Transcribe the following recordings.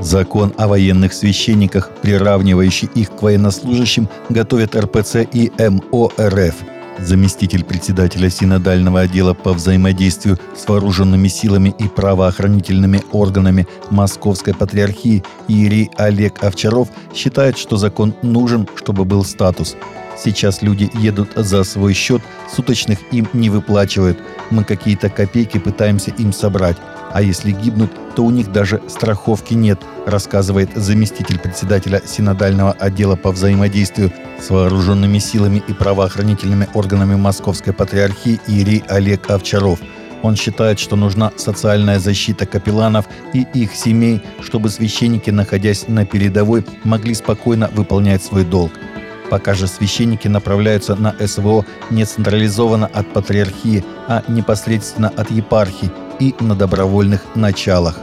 Закон о военных священниках, приравнивающий их к военнослужащим, готовят РПЦ и МО РФ. Заместитель председателя Синодального отдела по взаимодействию с вооруженными силами и правоохранительными органами Московской Патриархии иерей Олег Овчаров считает, что закон нужен, чтобы был статус. Сейчас люди едут за свой счет, суточных им не выплачивают. Мы какие-то копейки пытаемся им собрать. А если гибнут, то у них даже страховки нет, рассказывает заместитель председателя Синодального отдела по взаимодействию с вооруженными силами и правоохранительными органами Московской Патриархии иерей Олег Овчаров. Он считает, что нужна социальная защита капелланов и их семей, чтобы священники, находясь на передовой, могли спокойно выполнять свой долг. Пока же священники направляются на СВО не централизованно от патриархии, а непосредственно от епархии и на добровольных началах.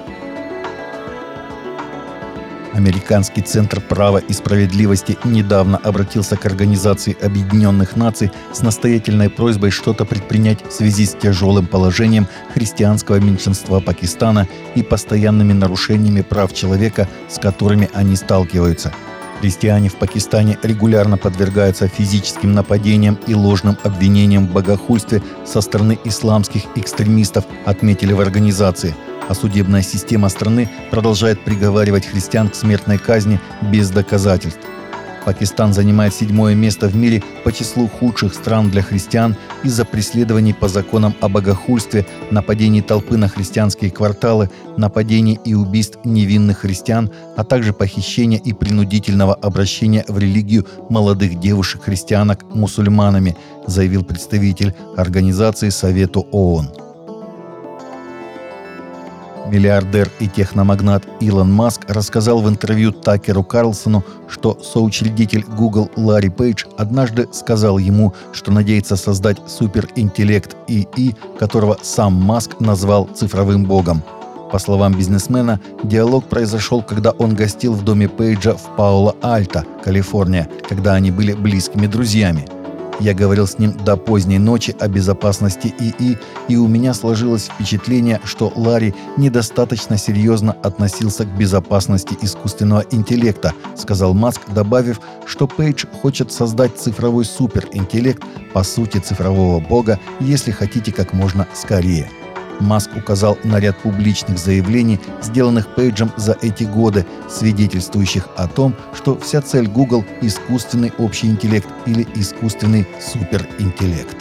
Американский Центр права и справедливости недавно обратился к Организации Объединенных Наций с настоятельной просьбой что-то предпринять в связи с тяжелым положением христианского меньшинства Пакистана и постоянными нарушениями прав человека, с которыми они сталкиваются. Христиане в Пакистане регулярно подвергаются физическим нападениям и ложным обвинениям в богохульстве со стороны исламских экстремистов, отметили в организации. А судебная система страны продолжает приговаривать христиан к смертной казни без доказательств. Пакистан занимает 7-е место в мире по числу худших стран для христиан из-за преследований по законам о богохульстве, нападений толпы на христианские кварталы, нападений и убийств невинных христиан, а также похищения и принудительного обращения в религию молодых девушек-христианок мусульманами, заявил представитель организации Совету ООН. Миллиардер и техномагнат Илон Маск рассказал в интервью Такеру Карлсону, что соучредитель Google Ларри Пейдж однажды сказал ему, что надеется создать суперинтеллект ИИ, которого сам Маск назвал цифровым богом. По словам бизнесмена, диалог произошел, когда он гостил в доме Пейджа в Пало-Альто, Калифорния, когда они были близкими друзьями. Я говорил с ним до поздней ночи о безопасности ИИ, и у меня сложилось впечатление, что Ларри недостаточно серьезно относился к безопасности искусственного интеллекта, сказал Маск, добавив, что Пейдж хочет создать цифровой суперинтеллект, по сути цифрового бога, если хотите, как можно скорее. Маск указал на ряд публичных заявлений, сделанных Пейджем за эти годы, свидетельствующих о том, что вся цель Google – искусственный общий интеллект или искусственный суперинтеллект.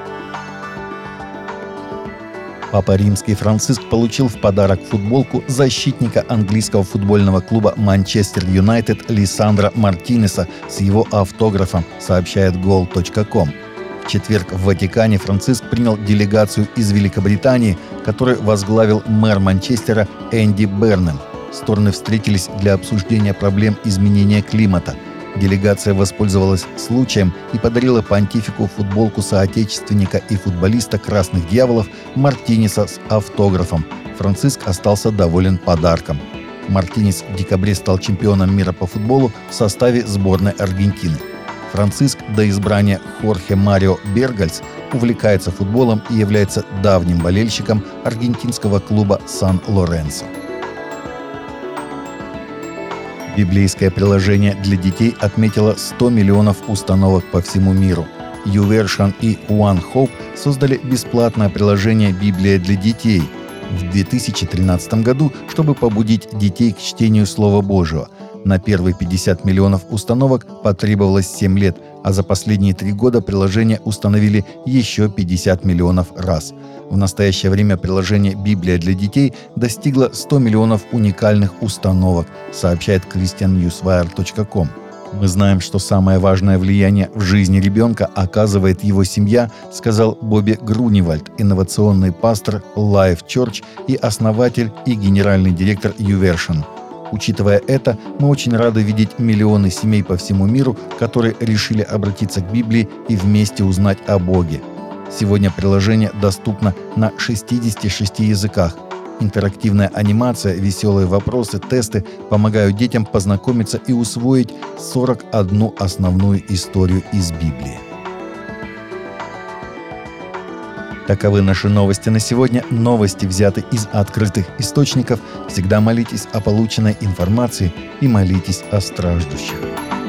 Папа Римский Франциск получил в подарок футболку защитника английского футбольного клуба «Манчестер Юнайтед» Лисандро Мартинеса с его автографом, сообщает goal.com. В четверг в Ватикане Франциск принял делегацию из Великобритании, которую возглавил мэр Манчестера Энди Бернем. Стороны встретились для обсуждения проблем изменения климата. Делегация воспользовалась случаем и подарила понтифику футболку соотечественника и футболиста «Красных дьяволов» Мартинеса с автографом. Франциск остался доволен подарком. Мартинес в декабре стал чемпионом мира по футболу в составе сборной Аргентины. Франциск до избрания Хорхе Марио Бергальс увлекается футболом и является давним болельщиком аргентинского клуба Сан-Лоренсо. Библейское приложение для детей отметило 100 миллионов установок по всему миру. YouVersion и One Hope создали бесплатное приложение «Библия для детей» в 2013 году, чтобы побудить детей к чтению Слова Божьего. На первые 50 миллионов установок потребовалось 7 лет, а за последние 3 года приложение установили еще 50 миллионов раз. В настоящее время приложение «Библия для детей» достигло 100 миллионов уникальных установок, сообщает christiannewswire.com. «Мы знаем, что самое важное влияние в жизни ребенка оказывает его семья», сказал Бобби Груневальд, инновационный пастор Life Church и основатель и генеральный директор YouVersion. Учитывая это, мы очень рады видеть миллионы семей по всему миру, которые решили обратиться к Библии и вместе узнать о Боге. Сегодня приложение доступно на 66 языках. Интерактивная анимация, веселые вопросы, тесты помогают детям познакомиться и усвоить 41 основную историю из Библии. Таковы наши новости на сегодня. Новости взяты из открытых источников. Всегда молитесь о полученной информации и молитесь о страждущих.